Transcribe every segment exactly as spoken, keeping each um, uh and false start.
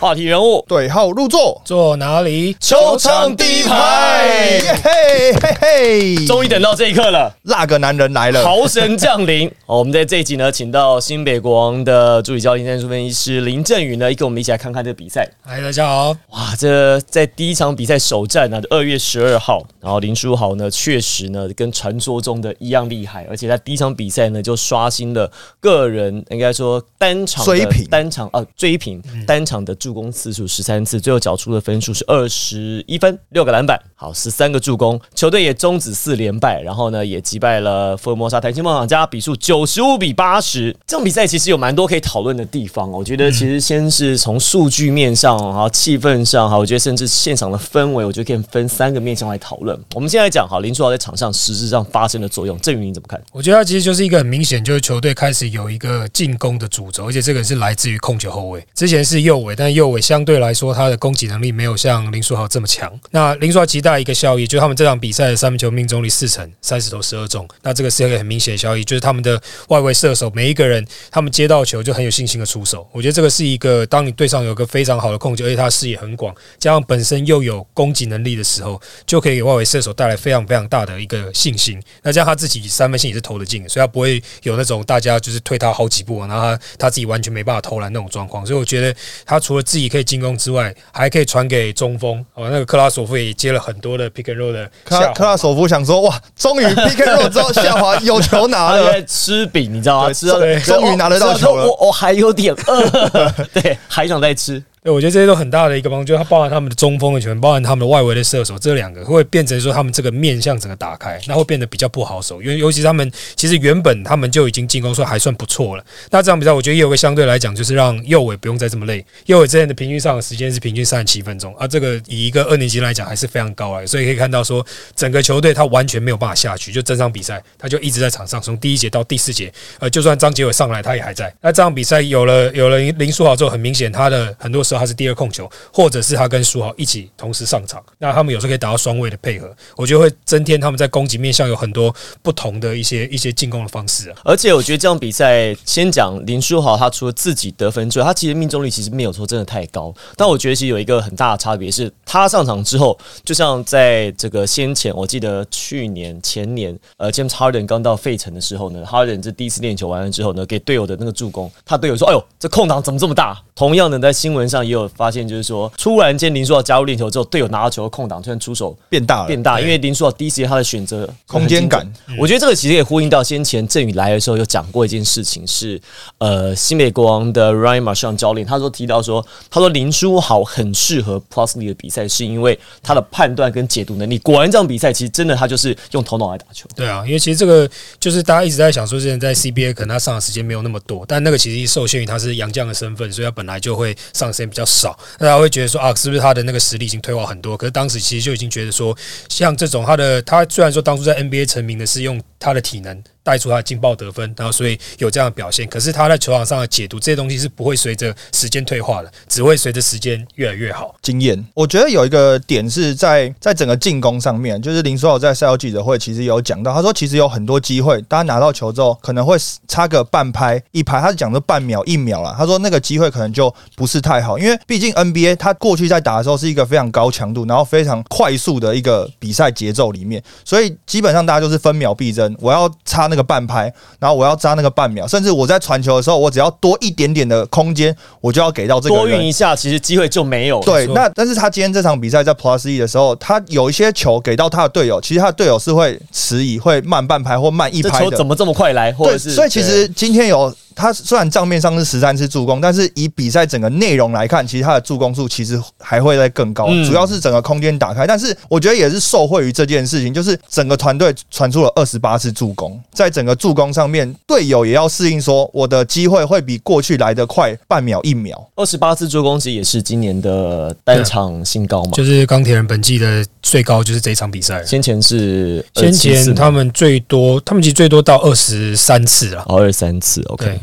话题人物， 对号入座， 坐哪里？ 球场第一排， 嘿嘿嘿， 终于等到这一刻了， 那个男人来了， 豪神降临。哦，我们在这一集呢，请到新北国王的助理教练、战术分析师林振宇呢，跟我们一起来看看这个比赛。 嗨，大家好！ 哇，这在第一场比赛首战呢，二月十二号，然后林书豪呢，确实呢跟传说中的一样厉害，而且在第一场比赛呢就刷新了个人应该说单场的追平单场啊追平单场的助攻次数十三次，最后缴出的分数是二十一分，六个篮板，好十三个助攻，球队也终止四连败，然后呢也击败了福尔摩沙台新梦想家，比数九十五比八十。这场比赛其实有蛮多可以讨论的地方，我觉得其实先是从数据面上，然后气氛上，好，我觉得甚至现场的氛围，我觉得可以分三个面向来讨论。我们现在讲好林书豪在场上实质上发生的作用，郑宇你怎么看？ 我觉得他其实就是一个很明显，就是球队开始有一个进攻的主轴，而且这个是来自于控球后卫。之前是右卫，但右卫相对来说他的攻击能力没有像林书豪这么强。那林书豪期待一个效益，就是他们这场比赛的三分球命中率四成，三十投十二中。那这个是一个很明显的效益，就是他们的外围射手每一个人，他们接到球就很有信心的出手。我觉得这个是一个，当你队上有一个非常好的控球，而且他视野很广，加上本身又有攻击能力的时候，就可以给外围射手带来非常非常大的一个信心。那这样他自己三分线也是投得进的，所以他不会有那种大家就是推他好几步，然后他他自己完全没办法投篮那种状况。所以我觉得他除了自己可以进攻之外，还可以传给中锋。哦，那个克拉索夫也接了很多的 pick and roll 的下滑。 克拉索夫想说，哇，终于 pick and roll 之后下滑有球拿了， 他在吃饼，你知道吗？吃到终于拿得到球了， 我我还有点饿，对，还想再吃。 对，我觉得这些都很大的一个帮助，就是它包含他们的中锋的球员，包含他们的外围的射手，这两个会变成说他们这个面向整个打开，那会变得比较不好守，因为尤其是他们其实原本他们就已经进攻说还算不错了。那这场比赛我觉得也有个相对来讲，就是让右卫不用再这么累。右卫之前的平均上的时间是平均三十七分钟，啊，这个以一个二年级来讲还是非常高了，所以可以看到说整个球队他完全没有办法下去，就整场比赛他就一直在场上，从第一节到第四节，呃，就算张杰伟上来他也还在。那这场比赛有了有了林书豪之后，很明显他的很多时候他是第二控球。或者是他跟书豪一起同时上场，那他们有时候可以达到双位的配合，我觉得会增添他们在攻击面向有很多不同的一些一些进攻的方式、啊、 而且我觉得这场比赛，先讲林书豪，他除了自己得分之外，他其实命中率其实没有说真的太高，但我觉得其实有一个很大的差别是，他上场之后，就像在这个先前，我记得去年前年，呃 ，James Harden 刚到费城的时候呢 ，Harden 这第一次练球完了之后呢，给队友的那个助攻，他队友说：“哎呦，这空档怎么这么大？”同样的，在新闻上也有发现，就是说，突然间林书豪加入练球之后，队友拿到球的空档突然出手变大了， 变大，因为林书豪第一时间他的选择空间感， 我觉得这个其实也呼应到先前郑宇来的时候有讲过一件事情，是呃新北国王的 Ryan Marchand 教练，他说提到说，他说林书豪很适合 Plus League 的比赛，是因为他的判断跟解读能力。果然这场比赛其实真的他就是用头脑来打球。 对啊，因为其实这个就是大家一直在想说，之前在 C B A 可能他上的时间没有那么多，但那个其实受限于他是洋将的身份，所以他本来就会上的时间比较少。那大家会觉得说啊，是不是他的那个实力已经退化很多？可是当时其实就已经觉得说，像这种他的他虽然说当初在 N B A 成名的是用他的体能带出他的劲爆得分，然后所以有这样的表现。可是他在球场上的解读这些东西是不会随着时间退化的，只会随着时间越来越好。 经验，我觉得有一个点是在在整个进攻上面，就是林书豪在赛后记者会其实有讲到，他说其实有很多机会，大家拿到球之后可能会差个半拍一拍，他是讲说半秒一秒啦。他说那个机会可能就不是太好，因为毕竟 N B A 他过去在打的时候是一个非常高强度，然后非常快速的一个比赛节奏里面，所以基本上大家就是分秒必争，我要差那个半拍，然后我要扎那个半秒，甚至我在传球的时候，我只要多一点点的空间，我就要给到这个人。 多运一下，其实机会就没有了。 对，那但是他今天这场比赛在 Plus E 的时候，他有一些球给到他的队友，其实他的队友是会迟疑、会慢半拍或慢一拍的。 这球怎么这么快来？或者是对，所以其实今天有。他虽然账面上是十三次助攻，但是以比赛整个内容来看，其实他的助攻数其实还会再更高，嗯、主要是整个空间打开。但是我觉得也是受惠于这件事情，就是整个团队传出了二十八次助攻，在整个助攻上面，队友也要适应说，我的机会会比过去来得快半秒一秒。 二十八次助攻其实也是今年的单场新高嘛， 就是钢铁人本季的最高就是这一场比赛。 先前是先前他们最多，他们其实最多到二十三次了， 哦，二十三次 ，OK。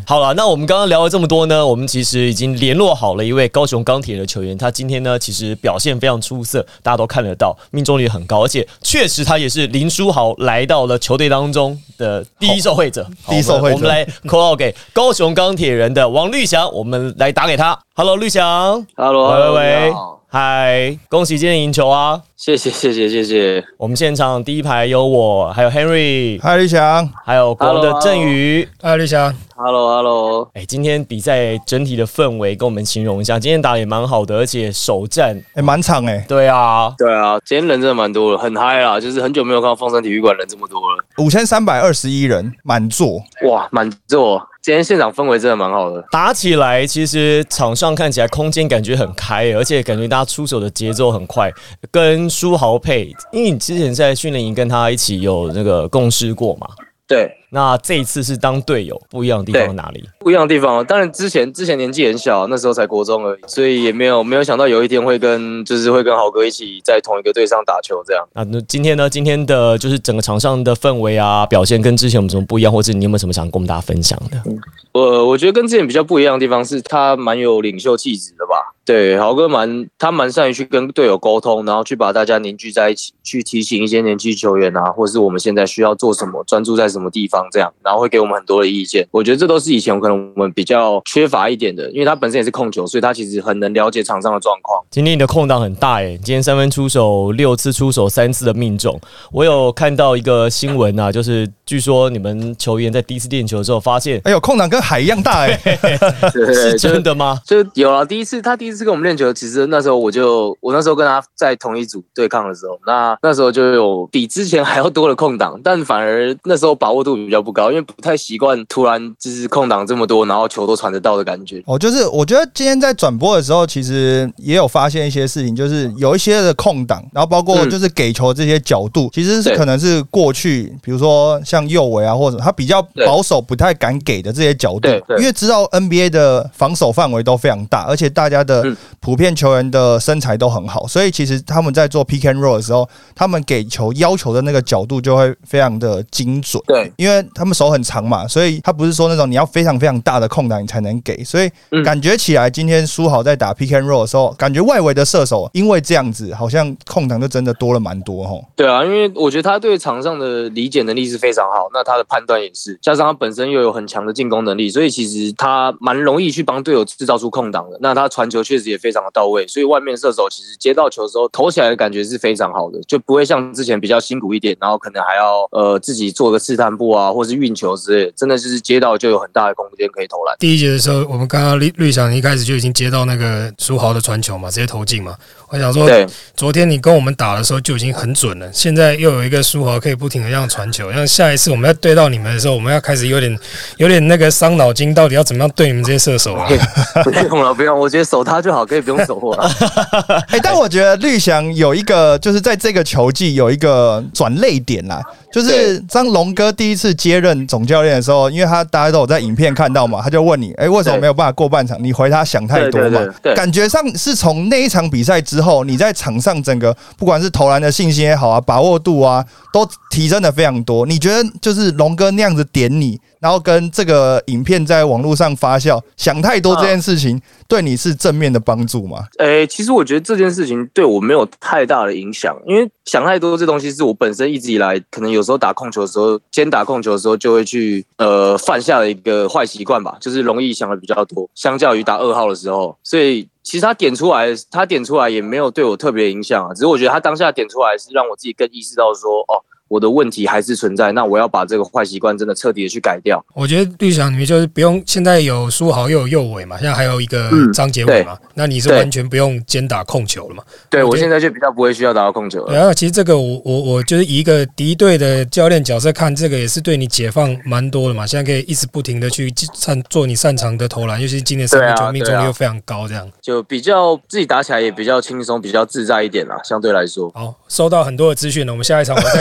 好了，那我们刚刚聊了这么多呢，我们其实已经联络好了一位高雄钢铁的球员，他今天呢其实表现非常出色，大家都看得到，命中率很高，而且确实他也是林书豪来到了球队当中的第一受惠者。 第一受惠者， 我们来 call out 给高雄钢铁人的王律翔，我们来打给他。Hello， 律翔。 Hello， 喂喂喂，嗨，恭喜今天赢球啊！ 谢谢谢谢谢谢。 我们现场第一排有我，还有 Henry， 嗨，律翔， 还有国王的振宇。 嗨，律翔。 Hello Hello。 哎，今天比赛整体的氛围跟我们形容一下。今天打得也蛮好的，而且首战哎，满场哎。 对啊， 对啊，今天人真的蛮多的，很嗨啦，就是很久没有看到凤山体育馆人这么多了， 五千三百二十一人满座， 哇，满座。今天现场氛围真的蛮好的， 打起来其实场上看起来空间感觉很开，而且感觉大家出手的节奏很快，跟书豪配，因为你之前在训练营跟他一起有那个共事过嘛。 对， 那这一次是当队友，不一样的地方哪里？ 不一样的地方，当然之前之前年纪很小，那时候才国中而已，所以也没有没有想到有一天会跟就是会跟豪哥一起在同一个队上打球这样。 那今天呢？今天的就是整个场上的氛围啊，表现跟之前有什么不一样，或者你有没有什么想跟我们大家分享的？ 嗯我我觉得跟之前比较不一样的地方是，他蛮有领袖气质的吧。对，豪哥蛮他蛮善于去跟队友沟通，然后去把大家凝聚在一起，去提醒一些年轻球员啊，或是我们现在需要做什么，专注在什么地方这样，然后会给我们很多的意见。我觉得这都是以前可能我们比较缺乏一点的，因为他本身也是控球，所以他其实很能了解场上的状况。 今天你的空档很大耶，今天三分出手六次出手三次的命中。我有看到一个新闻啊，就是据说你们球员在第一次练球的时候发现， 哎呦，空档跟海一样大哎， 是真的吗？ 就有了第一次，他第一次跟我们练球，其实那时候我就我那时候跟他在同一组对抗的时候，那那时候就有比之前还要多的空档，但反而那时候把握度比较不高，因为不太习惯突然就是空档这么多，然后球都传得到的感觉。 哦，就是我觉得今天在转播的时候，其实也有发现一些事情，就是有一些的空档，然后包括就是给球这些角度，嗯、其实是可能是过去，比如说像右维啊，或者他比较保守、不太敢给的这些角度，因为知道 N B A 的防守范围都非常大，而且大家的普遍球员的身材都很好，所以其实他们在做 pick and roll 的时候，他们给球要求的那个角度就会非常的精准。 对， 因为他们手很长嘛，所以他不是说那种你要非常非常大的空档你才能给，所以感觉起来今天书豪在打 pick and roll 的时候，感觉外围的射手因为这样子，好像空档就真的多了蛮多齁。 对啊，因为我觉得他对场上的理解能力是非常好，那他的判断也是，加上他本身又有很强的进攻能力，所以其实他蛮容易去帮队友制造出空档的。那他传球确实也非常的到位，所以外面射手其实接到球的时候投起来的感觉是非常好的，就不会像之前比较辛苦一点，然后可能还要呃自己做个试探步啊，或是运球之类的，真的就是接到就有很大的空间可以投篮。 第一节的时候，我们刚刚绿绿翔一开始就已经接到那个书豪的传球嘛，直接投进嘛。我想说，昨天你跟我们打的时候就已经很准了，现在又有一个书豪可以不停的这样传球，像下一次我们要对到你们的时候，我们要开始有点有点那个伤脑筋，到底要怎么样对你们这些射手啊？ 不用了，不用，我觉得守他就好，可以不用守我了。 哎、欸，但我觉得绿翔有一个，就是在这个球季有一个转捩点啦。就是当龙哥第一次接任总教练的时候，因为他大家都有在影片看到嘛，他就问你，哎、欸，为什么没有办法过半场？你回他想太多嘛。 对对对对， 感觉上是从那一场比赛之后，你在场上整个不管是投篮的信心也好啊，把握度啊，都提升的非常多。你觉得就是龙哥那样子点你，然后跟这个影片在网络上发酵，想太多这件事情，对你是正面的帮助吗？ 诶、欸，其实我觉得这件事情对我没有太大的影响，因为想太多这东西是我本身一直以来可能有时候打控球的时候，先打控球的时候就会去呃犯下的一个坏习惯吧，就是容易想的比较多，相较于打二号的时候，所以其实他点出来，他点出来也没有对我特别影响啊，只是我觉得他当下点出来是让我自己更意识到说，哦，我的问题还是存在，那我要把这个坏习惯真的彻底的去改掉。 我觉得绿翔你们就是不用，现在有书豪又有右伟嘛，现在还有一个张杰伟嘛、嗯，那你是完全不用兼打控球了嘛？ 对，我现在就比较不会需要打到控球了。 然后其实这个我我我就是以一个敌对的教练角色看，这个也是对你解放蛮多的嘛。现在可以一直不停的去擅做你擅长的投篮，尤其是今年三分球命中率又非常高，这样、啊啊、 就比较自己打起来也比较轻松，比较自在一点啦，相对来说。 好，收到很多的资讯了，我们下一场我再去。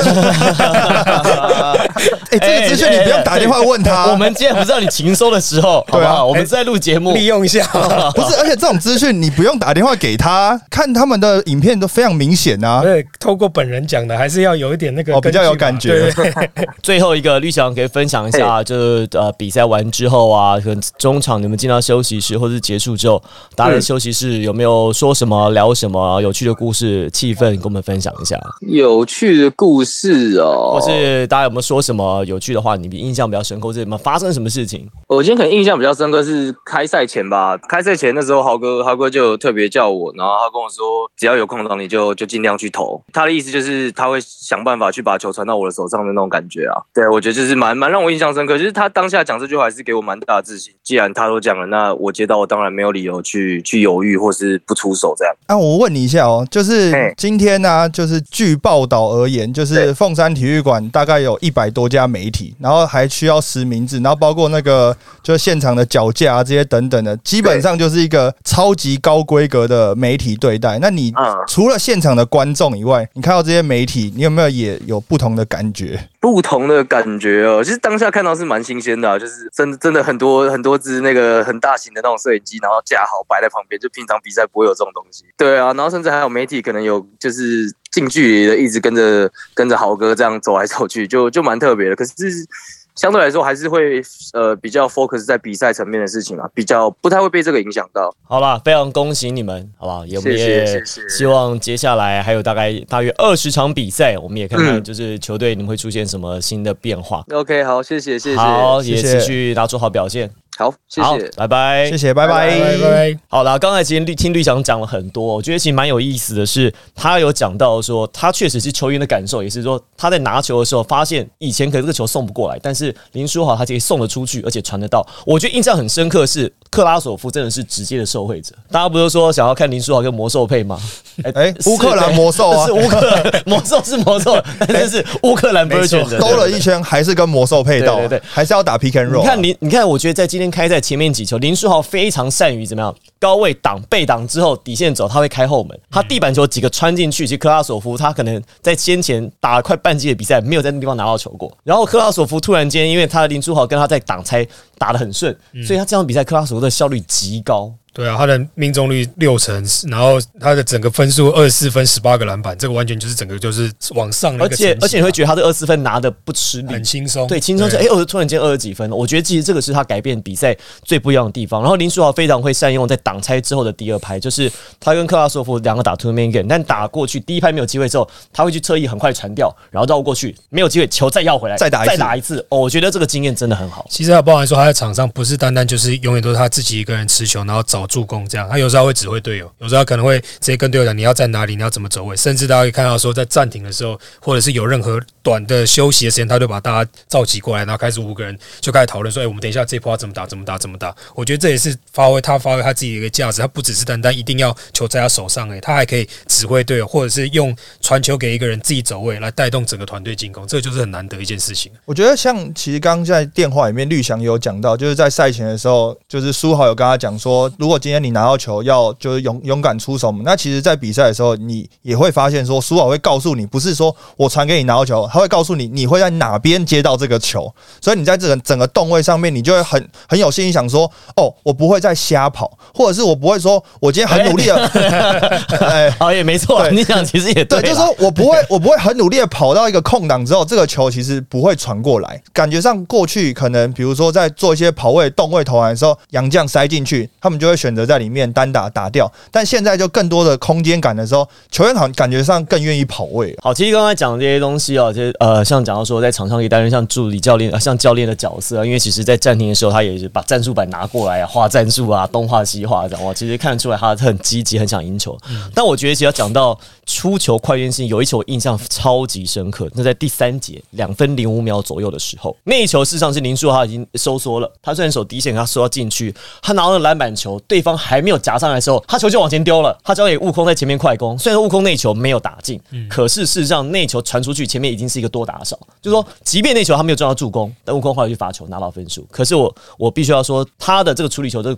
哎，这个资讯你不用打电话问他。 我们今天不是让你情收的时候，好不好？我们在录节目， 利用一下。 不是，而且这种资讯你不用打电话给他，看他们的影片都非常明显啊。 对，透过本人讲的，还是要有一点那个比较有感觉。 最后一个，律翔可以分享一下，就是呃比赛完之后啊，可能中场你们进到休息室，或者是结束之后，大家在休息室有没有说什么、聊什么有趣的故事、气氛，跟我们分享一下？ 有趣的故事哦， 或是大家有没有说什么有趣的话？你印象比较深刻，或者有没有发生什么事情？ 我今天可能印象比较深刻是开赛前吧，开赛前那时候豪哥豪哥就有特别叫我，然后他跟我说，只要有空档你就就尽量去投。他的意思就是他会想办法去把球传到我的手上的那种感觉啊。对，我觉得就是蛮蛮让我印象深刻，就是他当下讲这句话还是给我蛮大的自信。既然他都讲了，那我接到我当然没有理由去去犹豫或是不出手这样。 啊，我问你一下哦，就是今天呢、啊，就是据报道而言，就是凤山体育馆大概有一百多家媒体，然后还需要实名制，然后包括那个就是现场的脚架啊这些等等的，基本上就是一个超级高规格的媒体对待。那你除了现场的观众以外，你看到这些媒体，你有没有也有不同的感觉？ 不同的感觉哦，其实当下看到是蛮新鲜的、啊，就是真的真的很多很多支那个很大型的那种摄影机，然后架好摆在旁边，就平常比赛不会有这种东西。对啊，然后甚至还有媒体可能有就是近距离的一直跟着跟着豪哥这样走来走去，就就蛮特别的。可是相对来说还是会呃比较 focus 在比赛层面的事情啊，比较不太会被这个影响到。 好啦，非常恭喜你们，好不好？也我们也希望接下来还有大概大约二十场比赛，我们也看看就是球队你们会出现什么新的变化。 嗯、OK， 好，谢谢谢谢， 好，也持续拿出好表现。 好，谢谢， 拜拜， 谢谢，拜拜， 拜拜。 好啦，刚才其实听律翔讲了很多，我觉得其实蛮有意思的是，他有讲到说，他确实是球员的感受，也是说他在拿球的时候，发现以前可能这个球送不过来，但是林书豪他可以送得出去，而且传得到。我觉得印象很深刻的是克拉索夫真的是直接的受惠者。大家不是说想要看林书豪跟魔兽配吗？ 哎、欸，乌克兰魔兽啊， 是乌克兰魔兽是魔兽，但是是乌克兰 version 的， 兜了一圈还是跟魔兽配到， 对对对， 还是要打 pick and roll、啊。 你看你，你看，我觉得在今天开赛前面几球，林书豪非常善于怎么样高位挡背挡之后底线走，他会开后门，他地板球几个穿进去，其实克拉索夫他可能在先前打了快半季的比赛，没有在那地方拿到球过。然后克拉索夫突然间，因为他的林书豪跟他在挡拆打得很顺，所以他这场比赛克拉索夫的效率极高。 对啊，他的命中率六成，然后他的整个分数二十四分、十八个篮板，这个完全就是整个就是往上的一个成绩、啊。而且而且你会觉得他这二十四分拿的不吃力， 很轻松， 对，轻松就哎，我、欸、突然间二十几分了。我觉得其实这个是他改变比赛最不一样的地方。然后林书豪非常会善用在挡拆之后的第二拍，就是他跟克拉索夫两个打 two man game， 但打过去第一拍没有机会之后，他会去侧翼很快传掉，然后绕过去没有机会，球再要回来， 再打一次再打一次。哦，我觉得这个经验真的很好。 其实还包含说他在场上不是单单就是永远都是他自己一个人持球，然后找助攻这样，他有时候会指挥队友，有时候可能会直接跟队友讲你要站哪里，你要怎么走位，甚至大家可以看到说在暂停的时候，或者是有任何短的休息的时间，他就把大家召集过来，然后开始五个人就开始讨论说，哎、欸，我们等一下这一波要怎么打，怎么打，怎么打。我觉得这也是发挥他发挥他自己的一个价值，他不只是单单一定要球在他手上、欸，他还可以指挥队友，或者是用传球给一个人自己走位来带动整个团队进攻，这个就是很难得一件事情。 我觉得像其实刚刚在电话里面律翔有讲到，就是在赛前的时候，就是书豪有跟他讲说，如果今天你拿到球要就是勇勇敢出手嘛，那其实在比赛的时候，你也会发现说，书豪会告诉你，不是说我传给你拿到球，他会告诉你你会在哪边接到这个球，所以你在这个整个动位上面，你就会很很有信心想说，哦，我不会再瞎跑，或者是我不会说我今天很努力的， 哎，好也没错，你讲其实也 对, 对，就是说我不会我不会很努力的跑到一个空档之后，这个球其实不会传过来，感觉上过去可能比如说在做一些跑位动位投篮的时候，洋将塞进去，他们就会选择在里面单打打掉，但现在就更多的空间感的时候，球员好像感觉上更愿意跑位。 好，其实刚才讲的这些东西哦，就是呃，像讲到说在场上可以担任像助理教练、呃、像教练的角色，因为其实在暂停的时候，他也是把战术板拿过来啊，画战术啊，东画西画这样哇，其实看得出来他很积极，很想赢球。嗯、但我觉得其实要讲到出球快运性，有一球我印象超级深刻，那在第三节两分零五秒左右的时候，那一球事实上是林书豪他已经收缩了，他虽然手低线，他收到禁区，他拿到篮板球，对方还没有夹上来的时候，他球就往前丢了，他交给悟空在前面快攻，虽然悟空那球没有打进，嗯、可是事实上那球传出去，前面已经是一个多打少，就是说，即便那球他没有赚到助攻，但悟空后来去罚球拿到分数。可是我我必须要说，他的这个处理球这个快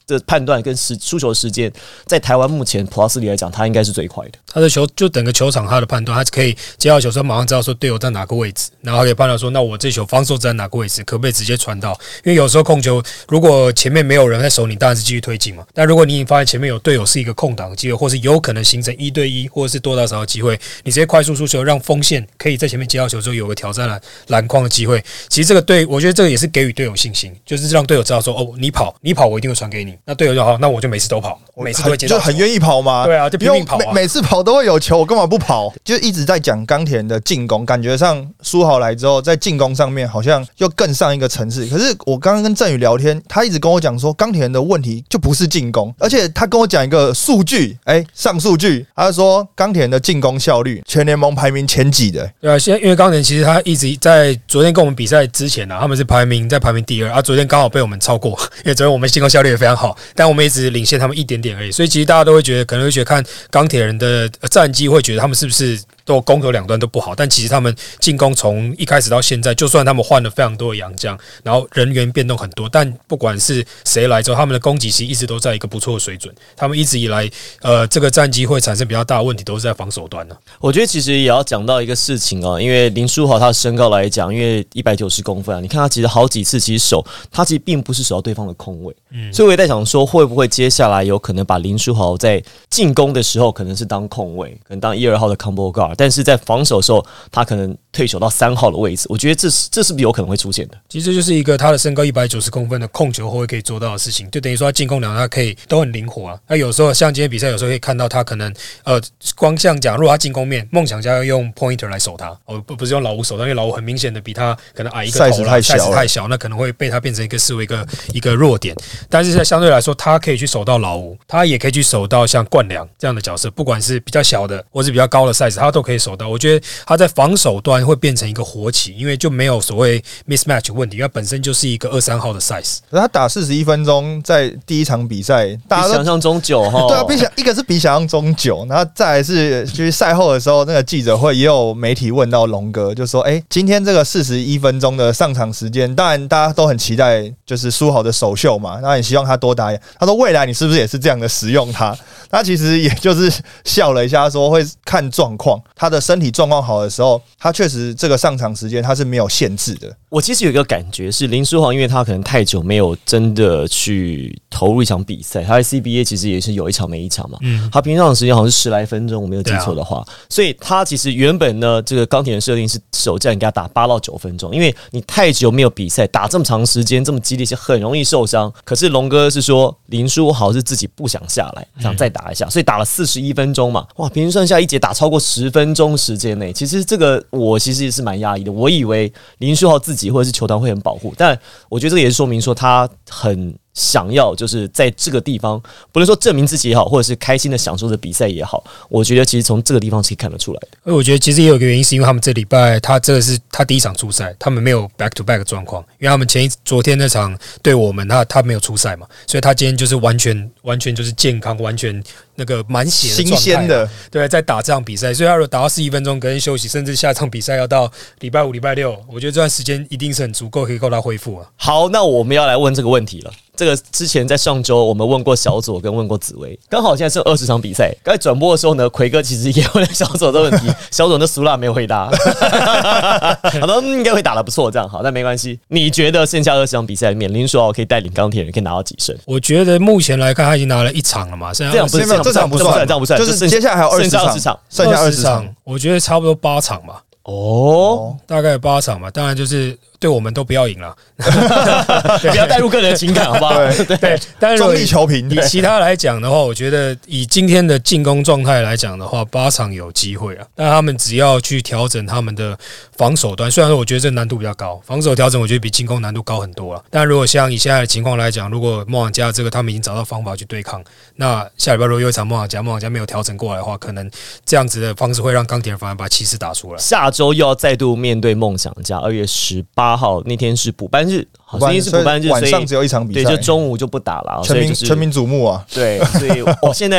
的判断跟时输球时间，在台湾目前普拉斯里来讲，他应该是最快的。 他的球就整个球场他的判断，他可以接到球之后马上知道说队友在哪个位置，然后可以判断说，那我这球防守在哪个位置，可不可以直接传到？因为有时候控球，如果前面没有人在守你，当然是继续推进嘛。但如果你已经发现前面有队友是一个空档的机会，或是有可能形成一对一，或者是多打少的机会，你直接快速出球，让锋线可以在前面接到球之后有个挑战篮篮筐的机会。其实这个对我觉得这个也是给予队友信心，就是让队友知道说，哦，你跑，你跑，我一定会传给你。那队友就好，那我就每次都跑，每次都会接到球， 就很愿意跑嘛。 对啊，就拼命跑啊， 每每次跑都会有球，我干嘛不跑？就一直在讲钢铁人的进攻，感觉上书豪来之后，在进攻上面好像又更上一个层次。可是我刚刚跟振宇聊天，他一直跟我讲说，钢铁人的问题就不是进攻，而且他跟我讲一个数据，哎、欸，上数据，他说钢铁人的进攻效率全联盟排名前几的。 对啊，现在因为钢铁人其实他一直在昨天跟我们比赛之前啊，他们是排名在排名第二啊，昨天刚好被我们超过，因为昨天我们进攻效率也非常好，但我们一直领先他们一点点而已，所以其实大家都会觉得，可能会觉得看钢铁人的战绩，会觉得他们是不是都攻守两端都不好，但其实他们进攻从一开始到现在，就算他们换了非常多的洋将，然后人员变动很多，但不管是谁来之后，他们的攻击其实一直都在一个不错的水准。他们一直以来，呃，这个战绩会产生比较大的问题，都是在防守端呢、啊。 我觉得其实也要讲到一个事情哦，因为林书豪他的身高来讲，因为一百九十公分啊，你看他其实好几次其实守，他其实并不是守到对方的空位，嗯，所以我也在想说，会不会接下来有可能把林书豪在进攻的时候可能是当空位，可能当一二号的 combo guard， 但是在防守的时候，他可能退守到三号的位置。我觉得这是这是不是有可能会出现的？ 其实这就是一个他的身高一百九十公分的控球后卫可以做到的事情，就等于说他进攻两他可以都很灵活啊。那有时候像今天比赛，有时候可以看到他可能呃，光像讲，如果他进攻面，梦想家要用 pointer 来守他，哦不不是用老吴守他，因为老吴很明显的比他可能矮一个头啦， size 太小， 太小，那可能会被他变成一个视为一个一个弱点。但是在相对来说，他可以去守到老吴，他也可以去守到像冠良这样的角色，不管是比较小的或是比较高的 size， 他都可以守到。我觉得他在防守端会变成一个活棋，因为就没有所谓 mismatch 问题，因为他本身就是一个二三号的 size。 可是他打四十一分钟，在第一场比赛，大家比想象中久哈。 对啊，比想一个是比想象中久，然后再来是就是赛后的时候，那个记者会也有媒体问到龙哥，就说：“哎、欸，今天这个四十一分钟的上场时间，当然大家都很期待，就是书豪的首秀嘛，那也希望他多打一点。他说未来你是不是也是这样的使用他？他其实也就是笑了一下，说会看状况，他的身体状况好的时候，他确实这个上场时间他是没有限制的。 我其实有一个感觉是林书豪，因为他可能太久没有真的去投入一场比赛，他在 C B A 其实也是有一场没一场嘛，嗯，他平常的时间好像是十来分钟，我没有记错的话，啊、所以他其实原本呢，这个钢铁人设定是首战给他打八到九分钟，因为你太久没有比赛，打这么长时间，这么激烈，是很容易受伤。可是龙哥是说林书豪是自己不想下来，想再打一下，所以打了四十一分钟嘛，哇，平均算下一节打超过十分钟时间内，其实这个我其实也是蛮压抑的。我以为林书豪自己或者是球团会很保护，但我觉得这个也是说明说他很想要就是在这个地方，不论说证明自己也好，或者是开心的享受着比赛也好，我觉得其实从这个地方是可以看得出来的。 而我觉得其实也有一个原因，是因为他们这礼拜他这个是他第一场出赛，他们没有 back to back 的状况，因为他们前一昨天那场对我们他他没有出赛嘛，所以他今天就是完全完全就是健康，完全那个满血的状态， 新鲜的， 对，在打这场比赛，所以他如果打到四十一分钟，隔天休息，甚至下场比赛要到礼拜五、礼拜六，我觉得这段时间一定是很足够，可以够他恢复啊。 好，那我们要来问这个问题了。这个之前在上周我们问过小左跟问过紫薇，刚好现在是二十场比赛。刚才转播的时候呢，奎哥其实也问了小左的问题，小左的苏拉没有回答，他说、嗯、应该会打得不错，这样好，但没关系。你觉得剩下二十场比赛里面，林书豪可以带领钢铁人可以拿到几胜？ 我觉得目前来看，他已经拿了一场了嘛，剩下这样不是这场不算， 这样不算， 就是接下来还有二十场，剩下二十场， 我觉得差不多八场吧。 哦， 大概八场嘛，当然就是对我们都不要赢了， 不要带入个人的情感，好不好？ 对对，但是中立球评。 以其他来讲的话，我觉得以今天的进攻状态来讲的话，八场有机会啊。但他们只要去调整他们的防守端，虽然说我觉得这难度比较高，防守调整我觉得比进攻难度高很多了。但如果像以现在的情况来讲，如果梦想家这个他们已经找到方法去对抗，那下礼拜如果有一场梦想家，梦想家没有调整过来的话，可能这样子的方式会让钢铁人反而把气势打出来。 下周又要再度面对梦想家，二月十八号那天是补班日，好，那天是补班日， 晚上只有一场比赛， 对，就中午就不打了， 全民全民瞩目啊！ 对，所以我现在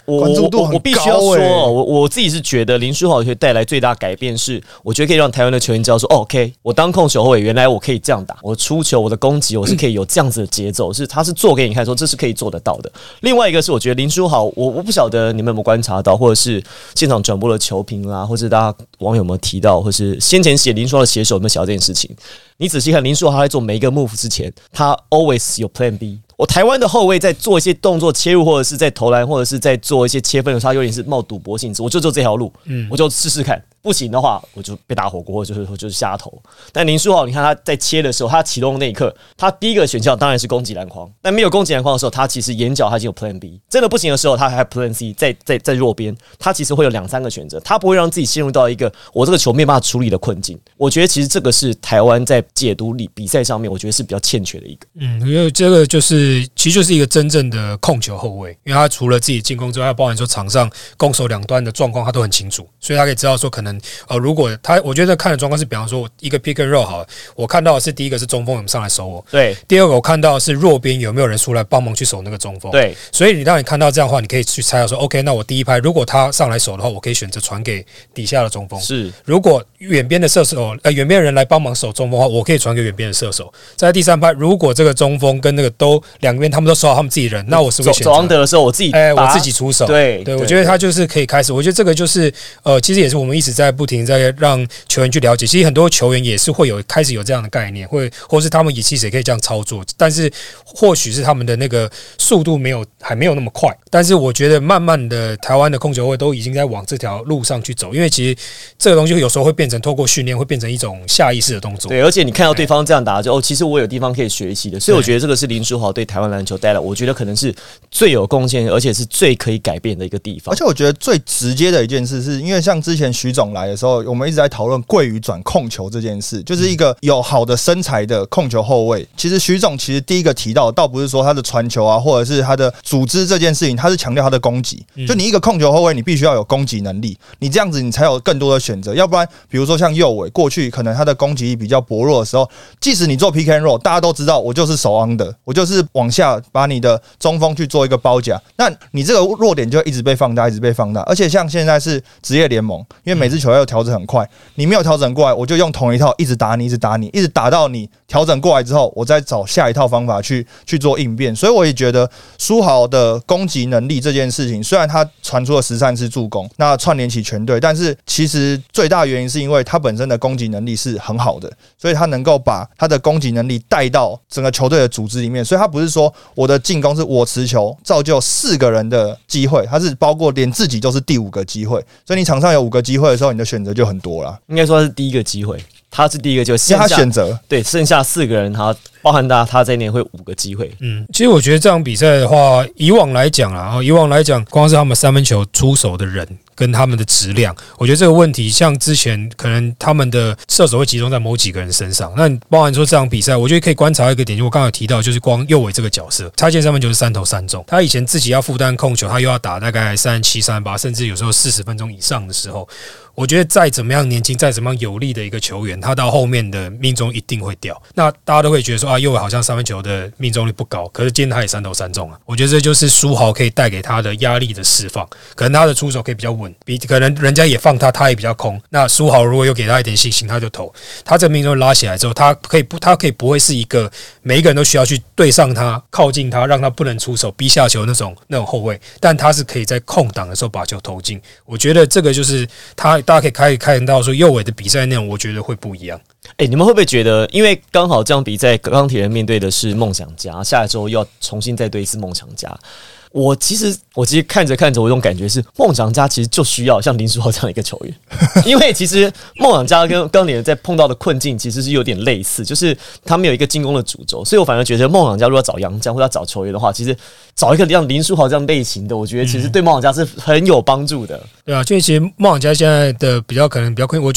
我关注度很高、欸、 我我必须要说、哦，我我自己是觉得林书豪可以带来最大改变是，我觉得可以让台湾的球员知道说、哦、，OK， 我当控球后卫，原来我可以这样打，我出球，我的攻击，我是可以有这样子的节奏，是他是做给你看，说这是可以做得到的。另外一个是，我觉得林书豪，我我不晓得你们有没有观察到，或者是现场转播的球评啦，或者大家网友有没有提到，或是先前写林书豪的写手有没有想到这件事情？你仔细看林书豪在做每一个 move 之前，他 always 有 plan B。我台湾的后卫在做一些动作切入，或者是在投篮，或者是在做一些切分的时候，他有点是冒赌博性质，我就做这条路，嗯，我就试试看，不行的话我就被打火锅，就是就是瞎投。但林书豪，你看他在切的时候，他启动的那一刻，他第一个选项当然是攻击篮筐，但没有攻击篮筐的时候，他其实眼角他已经有 Plan B， 真的不行的时候，他还有 Plan C， 在在在弱边，他其实会有两三个选择，他不会让自己陷入到一个我这个球没办法处理的困境。我觉得其实这个是台湾在解读比赛上面，我觉得是比较欠缺的一个。 嗯，因为这个就是其实就是一个真正的控球后卫，因为他除了自己进攻之外，他包含说场上攻守两端的状况他都很清楚，所以他可以知道说可能呃，如果他我觉得看的状况是，比方说我一个 pick and roll 好了，我看到的是第一个是中锋有没有上来守我， 对， 第二个我看到的是弱边有没有人出来帮忙去守那个中锋， 对， 所以你当你看到这样的话，你可以去猜到说 OK， 那我第一拍如果他上来守的话，我可以选择传给底下的中锋， 是，如果远边的射手呃远边的人来帮忙守中锋的话，我可以传给远边的射手。在第三拍，如果这个中锋跟那个都两边他们都守好他们自己人，那我是不是选择走安德的时候我自己哎、欸、我自己出手？ 对对，我觉得他就是可以开始。我觉得这个就是呃，其实也是我们一直在不停在让球员去了解。其实很多球员也是会有开始有这样的概念，会或是他们也其实也可以这样操作，但是或许是他们的那个速度没有还没有那么快。但是我觉得慢慢的台湾的控球会都已经在往这条路上去走，因为其实这个东西有时候会变成透过训练会变成一种下意识的动作。 对，而且你看到对方这样打，就哦，其实我有地方可以学习的。所以我觉得这个是林书豪对台湾篮球带来，我觉得可能是最有贡献，而且是最可以改变的一个地方。 而且我觉得最直接的一件事是，因为像之前徐总来的时候，我们一直在讨论桂鱼转控球这件事，就是一个有好的身材的控球后卫。其实徐总其实第一个提到，倒不是说他的传球啊，或者是他的组织这件事情，他是强调他的攻击。就你一个控球后卫，你必须要有攻击能力，你这样子你才有更多的选择。要不然，比如说像右伟，过去可能他的攻击力比较薄弱的时候，即使你做 pick and roll， 大家都知道我就是守昂的，我就是往下把你的中锋去做一个包夹，那你这个弱点就会一直被放大，一直被放大。而且像现在是职业联盟，因为每支球队调整很快，你没有调整过来，我就用同一套一直打你，一直打你，一直打到你调整过来之后，我再找下一套方法去去做应变。所以我也觉得书豪的攻击能力这件事情，虽然他传出了十三次助攻，那串联起全队，但是其实最大原因是因为他本身的攻击能力是很好的，所以他能够把他的攻击能力带到整个球队的组织里面。所以他不是说我的进攻是我持球造就四个人的机会，他是包括连自己就是第五个机会。所以你场上有五个机会的时候，你的选择就很多了。 应该说他是第一个机会，他是第一个，就剩下他选择对剩下四个人，他包含他他在内会五个机会。 嗯，其实我觉得这场比赛的话，以往来讲啦，以往来讲，光是他们三分球出手的人跟他们的质量，我觉得这个问题，像之前可能他们的射手会集中在某几个人身上。那你包含说这场比赛，我觉得可以观察一个点，就我刚才有提到，就是光右伟这个角色，他现在三分球是三投三中，他以前自己要负担控球，他又要打大概三十七、三十八，甚至有时候四十分钟以上的时候。我觉得再怎么样年轻，再怎么样有力的一个球员，他到后面的命中一定会掉。那大家都会觉得说啊，右伟好像三分球的命中率不高，可是今天他也三投三中啊。我觉得这就是书豪可以带给他的压力的释放，可能他的出手可以比较稳，比可能人家也放他，他也比较空。那书豪如果有给他一点信心，他就投。他这个命中率拉起来之后，他可以不，他可以不会是一个每一个人都需要去对上他、靠近他，让他不能出手、逼下球那种那种后卫，但他是可以在空档的时候把球投进。我觉得这个就是他。大家可以开看到说右伟的比赛内容，我觉得会不一样。 哎、欸，你们会不会觉得，因为刚好这场比赛钢铁人面对的是梦想家，下一周又要重新再对一次梦想家？我其实我其实看着看着，我有种感觉是，梦想家其实就需要像林书豪这样的一个球员，因为其实梦想家跟钢铁人在碰到的困境其实是有点类似，就是他们有一个进攻的主轴，所以我反而觉得梦想家如果要找洋将或者要找球员的话，其实找一个像林书豪这样类型的，我觉得其实对梦想家是很有帮助的。 对啊，就其实梦想家现在的比较可能比较困，我觉得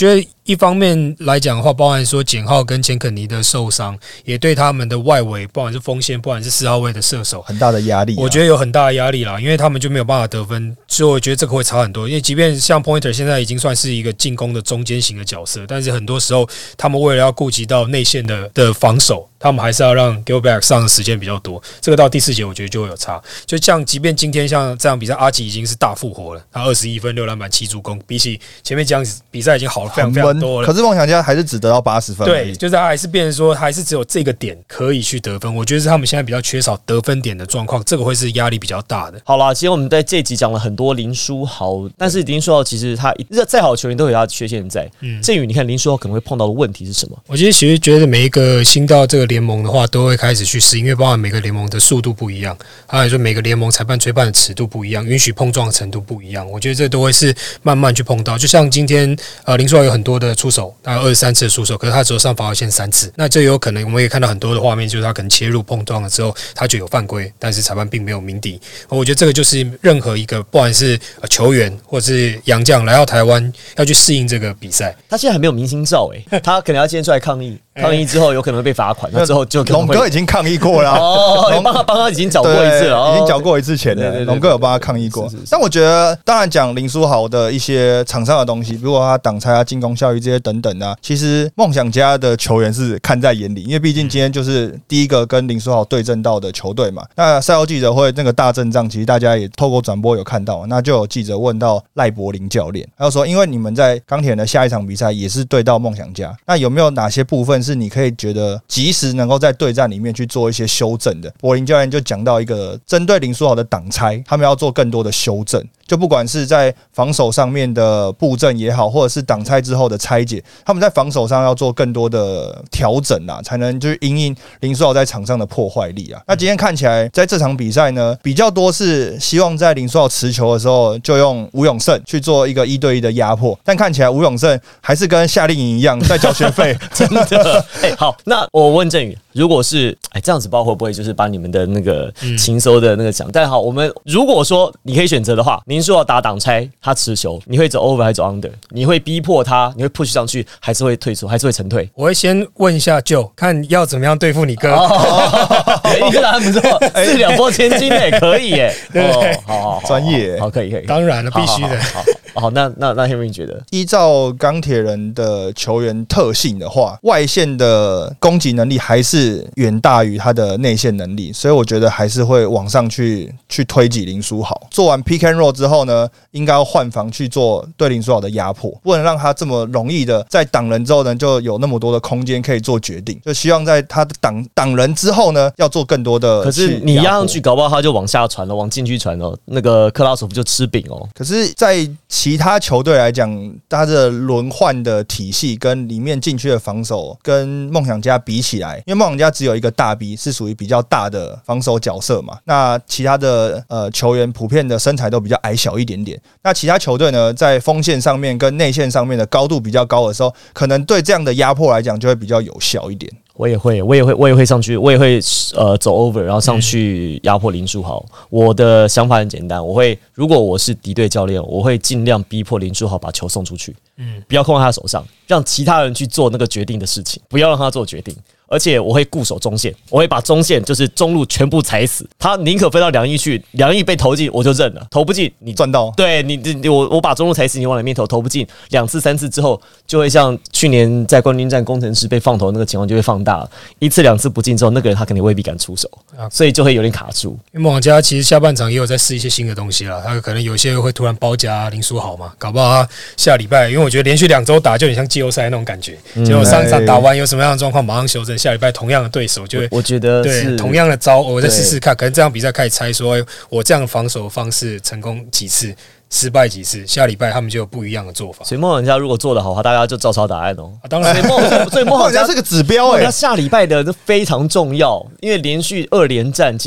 一方面来讲的话，包含说简浩跟钱肯尼的受伤，也对他们的外围，不管是锋线，不管是四号位的射手， 很大的压力、啊。 我觉得有很大的压力啦，因为他们就没有办法得分，所以我觉得这个会差很多。因为即便像 Pointer 现在已经算是一个进攻的中间型的角色，但是很多时候他们为了要顾及到内线的的防守，他们还是要让 Gilbert 上的时间比较多。这个到第四节我觉得就会有差。就像即便今天像这样比赛，阿吉已经是大复活了，他二十一分、六篮板、七助攻，比起前面这样子比赛已经好了非常非常多了。 可是梦想家还是只得到八十分。 对，就是他还是变成说，还是只有这个点可以去得分。我觉得是他们现在比较缺少得分点的状况，这个会是压力比较大的。 好啦，其实我们在这一集讲了很多林书豪，但是林书豪其实他再好的球员都有他的缺陷在。嗯，振宇，你看林书豪可能会碰到的问题是什么？ 我其实其实觉得每一个新到这个联盟的话，都会开始去适应，因为包含每个联盟的速度不一样，还有说每个联盟裁判吹判的尺度不一样，允许碰撞的程度不一样。我觉得这都会是慢慢去碰到。就像今天呃林书豪有很多的出手，大概二十三次的出手，可是他只有上罚球线三次。那这有可能我们也看到很多的画面，就是他可能切入碰撞了之后，他就有犯规，但是裁判并没有鸣笛。我觉得这个就是任何一个不管是球员或是洋将来到台湾要去适应这个比赛。 他现在还没有明星照诶、欸，他可能要今天出来抗议。抗议之后有可能会被罚款，那之后就龙哥已经抗议过了、啊， 哦，帮他帮他已经缴过一次了， 已经缴过一次钱了。龙哥有帮他抗议过，是是是但我觉得，当然讲林书豪的一些场上的东西，如果他挡拆啊、进攻效率这些等等啊，其实梦想家的球员是看在眼里，因为毕竟今天就是第一个跟林书豪对阵到的球队嘛。那赛后记者会那个大阵仗，其实大家也透过转播有看到，那就有记者问到赖柏林教练，他就说，因为你们在钢铁人的下一场比赛也是对到梦想家，那有没有哪些部分是你可以觉得及时能够在对战里面去做一些修正的？柏林教练就讲到一个针对林书豪的挡拆，他们要做更多的修正，就不管是在防守上面的布阵也好，或者是挡拆之后的拆解，他们在防守上要做更多的调整啊，才能就是因应林书豪在场上的破坏力啊。那今天看起来在这场比赛呢，比较多是希望在林书豪持球的时候就用吴永胜去做一个一对一的压迫，但看起来吴永胜还是跟夏令营一样在缴学费， 真的。哎、欸，好，那我问振宇，如果是哎这样子，不知道会不会就是把你们的那个情收的那个讲？嗯、但好，我们如果说你可以选择的话，林书豪打挡拆，他持球，你会走 over 还是走 under？ 你会逼迫他，你会 push 上去，还是会退出，还是会沉退？ 我会先问一下Joe，看要怎么样对付你哥。 哦，一个答案不错，四两拨千斤诶，可以耶， 对不对？ 好好好， 专业， 好，可以可以， 当然了，必须的。 好，好，好，那那那 Henry 觉得， 依照钢铁人的球员特性的话，外线的攻击能力还是远大于他的内线能力，所以我觉得还是会往上去去推挤林书豪。做完 pick and roll 之后呢，应该要换防去做对林书豪的压迫，不能让他这么容易的在挡人之后呢，就有那么多的空间可以做决定。就希望在他的挡挡人之后呢，要做更多的。 可是你压上去，搞不好他就往下传了，往禁区传了，那个克拉索夫就吃饼哦。 可是，在其他球队来讲，他的轮换的体系跟里面禁区的防守跟梦想家比起来，因为梦想家只有一个大 B 是属于比较大的防守角色嘛，那其他的呃球员普遍的身材都比较矮小一点点。那其他球队呢，在锋线上面跟内线上面的高度比较高的时候，可能对这样的压迫来讲就会比较有效一点。 我也会，我也会，我也会上去，我也会呃走 over， 然后上去压迫林书豪。我的想法很简单，我会如果我是敌对教练，我会尽量逼迫林书豪把球送出去，嗯，不要控在他手上，让其他人去做那个决定的事情，不要让他做决定。而且我会固守中线，我会把中线就是中路全部踩死。他宁可飞到两翼去，两翼被投进我就认了，投不进你赚到。 对你，你我我把中路踩死，你往里面投，投不进两次三次之后，就会像去年在冠军战工程师被放投那个情况就会放大了。一次两次不进之后，那个人他肯定未必敢出手，所以就会有点卡住。 因为梦想家其实下半场也有在试一些新的东西啦，他可能有些会突然包夹林书豪嘛，搞不好他下礼拜，因为我觉得连续两周打就很像季后赛那种感觉，结果上一场打完有什么样的状况马上修正，下礼拜同样的对手就会， 我觉得对同样的招，我再试试看。可能这样比赛开始猜说，我这样防守方式成功几次，失败几次，下礼拜他们就有不一样的做法。 所以梦想家如果做得好的话，大家就照抄答案哦。 啊、当然， 所以梦，所以梦想家是个指标哎、欸。 下礼拜的非常重要，因为连续二连战其实。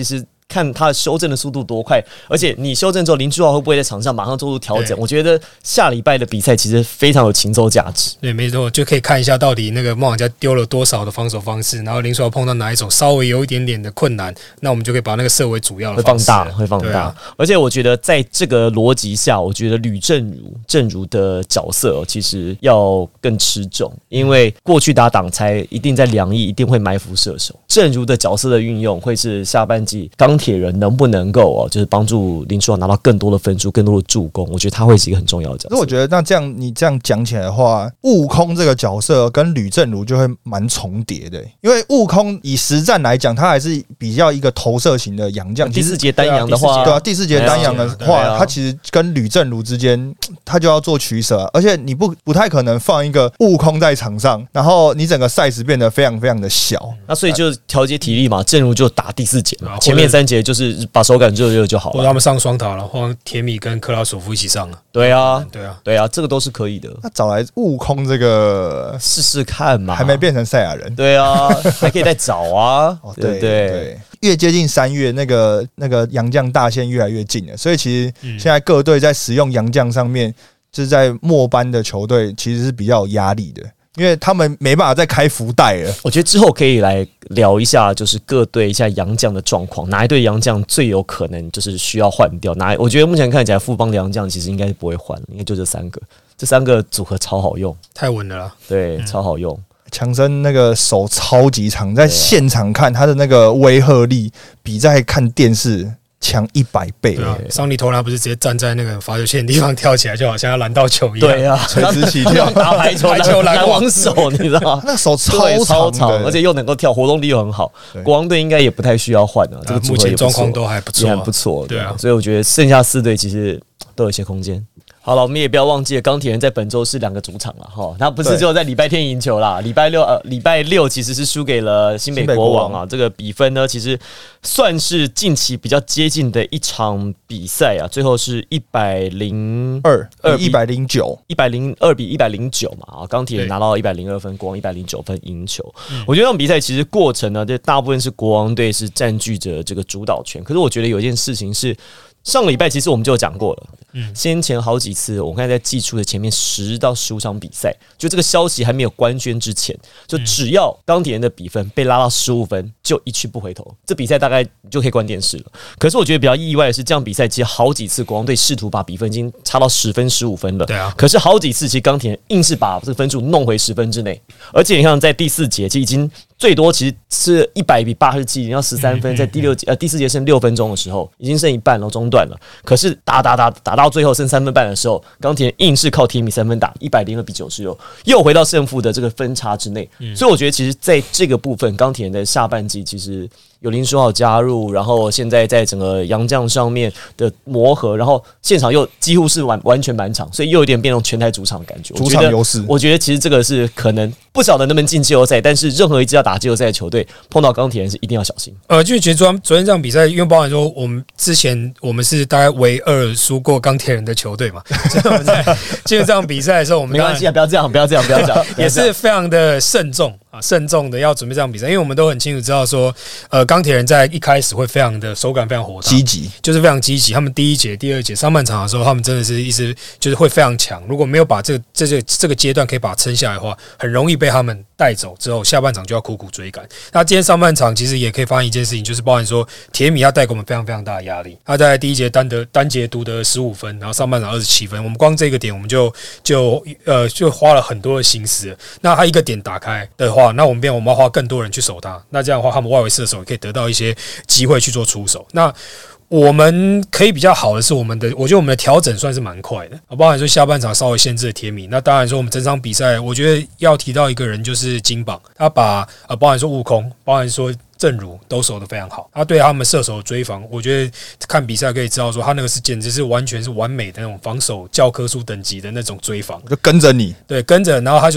看他的修正的速度多快，而且你修正之后，林书豪会不会在场上马上做出调整？我觉得下礼拜的比赛其实非常有情奏价值。 对，没错，就可以看一下到底那个梦想家丢了多少的防守方式，然后林书豪碰到哪一种稍微有一点点的困难，那我们就可以把那个设为主要的方式， 会放大，会放大。啊、而且我觉得在这个逻辑下，我觉得吕正如正如的角色、哦、其实要更吃重，因为过去打挡拆一定在两翼一定会埋伏射手，正如的角色的运用会是下半季钢铁人能不能够哦，就是帮助林书豪拿到更多的分数、更多的助攻，我觉得他会是一个很重要的角色。 可是我觉得那这样你这样讲起来的话，悟空这个角色跟吕正如就会蛮重叠的，因为悟空以实战来讲，他还是比较一个投射型的洋将。 第四节单阳的话， 对啊，第四节单阳的话，他其实跟吕正如之间，他就要做取舍、啊，而且你不不太可能放一个悟空在场上，然后你整个赛时变得非常非常的小， 那所以就调节体力嘛，正如就打第四节嘛，前面三节就是把手感热热就好了。 或者他们上双塔了，或铁米跟克拉索夫一起上啊。 对啊， 对啊， 对啊，这个都是可以的。 那找来悟空这个试试看嘛， 还没变成赛亚人。 对啊，还可以再找啊，哦、对不 对, 对？ 越接近三月，那个那个洋将大限越来越近了，所以其实现在各队在使用洋将上面，就是在末班的球队其实是比较有压力的。因为他们没办法再开福袋了。 我觉得之后可以来聊一下，就是各队现在洋将的状况，哪一队洋将最有可能就是需要换掉？哪？我觉得目前看起来富邦的洋将其实应该是不会换了，应该就这三个，这三个组合超好用， 太稳了啦。 对，嗯、超好用。 强森那个手超级长，在现场看他的那个威慑力，比在看电视强一百倍。 对啊，桑尼托拉不是直接站在那个罚球线的地方跳起来，就好像要拦到球一样。 对啊， 垂直起跳， 打排球， 排球拦网手，你知道吗？ 那手超长， 超长，而且又能够跳，活动力又很好。国王队应该也不太需要换啊，这个组合也目前状况都还不错， 也很不错。 对啊， 所以我觉得剩下四队其实都有一些空间。好了，我们也不要忘记了，钢铁人在本周是两个主场了哈，他不是只有在礼拜天赢球啦，礼拜六呃礼拜六其实是输给了新北国王啊，这个比分呢其实算是近期比较接近的一场比赛啊，最后是一百零二二一百零九一百零二比一百零九嘛啊，钢铁人拿到一百零二分，国王一百零九分赢球。嗯、我觉得这场比赛其实过程呢，就大部分是国王队是占据着这个主导权，可是我觉得有一件事情是。上个礼拜其实我们就有讲过了，嗯，先前好几次，我刚才在季初的前面十到十五场比赛，就这个消息还没有官宣之前，就只要钢铁人的比分被拉到十五分，就一去不回头，这比赛大概就可以关电视了。可是我觉得比较意外的是，这样比赛其实好几次国王队试图把比分已经差到十分、十五分了， 对啊。 可是好几次其实钢铁人硬是把这个分数弄回十分之内，而且你看在第四节其实已经最多其实是一百比八十七，要十三分，在第六节呃第四节剩六分钟的时候，已经剩一半了，中断了。可是打打打打到最后剩三分半的时候，钢铁人硬是靠铁米三分打一百零二比九十六，又回到胜负的这个分差之内。嗯、所以我觉得其实在这个部分，钢铁人的下半季其实有林书豪加入，然后现在在整个洋将上面的磨合，然后现场又几乎是完完全满场，所以又有点变成全台主场的感觉。 主场优势， 我觉得其实这个是可能不晓得能不能进季后赛，但是任何一支要打季后赛的球队碰到钢铁人是一定要小心。 呃，就觉得昨昨天这场比赛，因为包含说我们之前我们是大概唯二输过钢铁人的球队嘛，所以我们在进入这场比赛的时候，我们没关系啊，不要这样，不要这样，不要这样， 也是非常的慎重啊，慎重的要准备这场比赛，因为我们都很清楚知道说，呃，钢铁人在一开始会非常的手感非常火大， 积极， 就是非常积极。他们第一节、第二节上半场的时候，他们真的是一直就是会非常强。如果没有把这个这这这个阶段可以把它撑下来的话，很容易被他们带走。之后下半场就要苦苦追赶。那今天上半场其实也可以发现一件事情，就是包含说铁米他带给我们非常非常大的压力。他在第一节单得单节独得十五分，然后上半场二十七分。我们光这个点我们就就呃就花了很多的心思了。那他一个点打开的话，那我们变我们要花更多人去守他。那这样的话，他们外围射手也可以得到一些机会去做出手。那我们可以比较好的是，我们的我觉得我们的调整算是蛮快的，包含说下半场稍微限制了铁米。那当然说我们整场比赛，我觉得要提到一个人就是金榜，他把呃包含说悟空，包含说正如都守得非常好。他对他们射手的追防，我觉得看比赛可以知道说，他那个是简直是完全是完美的那种防守教科书等级的那种追防， 就跟着你， 对，跟着，然后他就算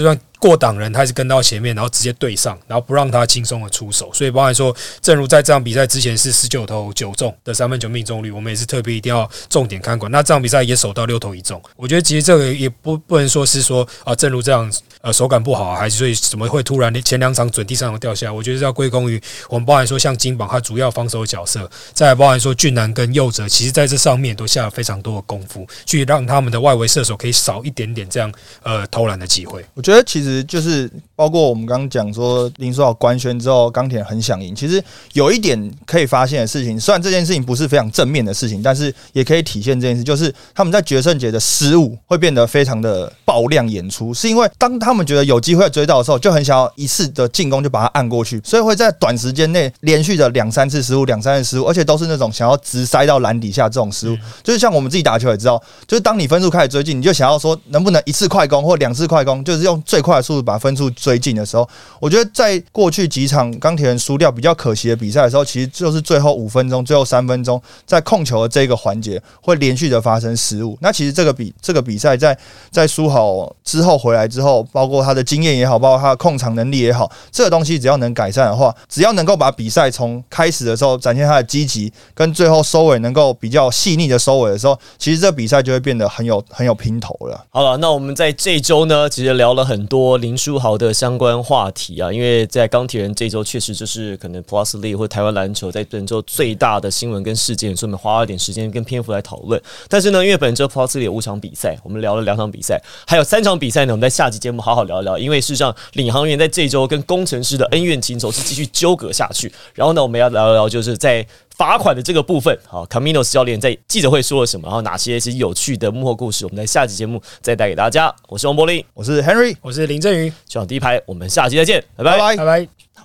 过挡人，他还是跟到前面，然后直接对上，然后不让他轻松的出手。所以包含说，正如在这场比赛之前是十九投九中的三分球命中率，我们也是特别一定要重点看管。那这场比赛也守到六投一中，我觉得其实这个也不不能说是说啊，正如这样呃手感不好、啊，还是所以怎么会突然前两场准第三场掉下来？我觉得是要归功于我们包含说像金榜他主要防守角色，再来包含说俊男跟佑哲，其实在这上面都下了非常多的功夫，去让他们的外围射手可以少一点点这样呃投篮的机会。 我觉得其实就是包括我们刚刚讲说林书豪官宣之后，钢铁人很想赢。其实有一点可以发现的事情，虽然这件事情不是非常正面的事情，但是也可以体现这件事，就是他们在决胜节的失误会变得非常的爆量演出，是因为当他们觉得有机会追到的时候，就很想要一次的进攻就把它按过去，所以会在短时间内连续的两三次失误，两三次失误，而且都是那种想要直塞到篮底下这种失误。就是像我们自己打球也知道，就是当你分数开始追进，你就想要说能不能一次快攻或两次快攻，就是用最快的速度把分数追进的时候，我觉得在过去几场钢铁人输掉比较可惜的比赛的时候，其实就是最后五分钟、最后三分钟在控球的这个环节会连续的发生失误。那其实这个比这个比赛在在输好之后回来之后，包括他的经验也好，包括他的控场能力也好，这个东西只要能改善的话，只要能够把比赛从开始的时候展现他的积极，跟最后收尾能够比较细腻的收尾的时候，其实这比赛就会变得很有很有拼头了。 好了，那我们在这周呢，其实聊了很多林书豪的相关话题啊，因为在钢铁人这周确实就是可能 Plus League 或台湾篮球在本周最大的新闻跟事件，所以我们花了点时间跟篇幅来讨论。但是呢，因为本周 Plus League 有五场比赛，我们聊了两场比赛，还有三场比赛呢，我们在下期节目好好聊聊。因为事实上，领航员在这周跟工程师的恩怨情仇是继续纠葛下去。然后呢，我们要聊聊就是在罚款的这个部分，好 ，Caminos 教练在记者会说了什么，然后哪些是有趣的幕后故事，我们在下期节目再带给大家。我是王柏林， 我是 Henry， 我是林振宇， 球场第一排，我们下期再见，拜拜， 拜拜。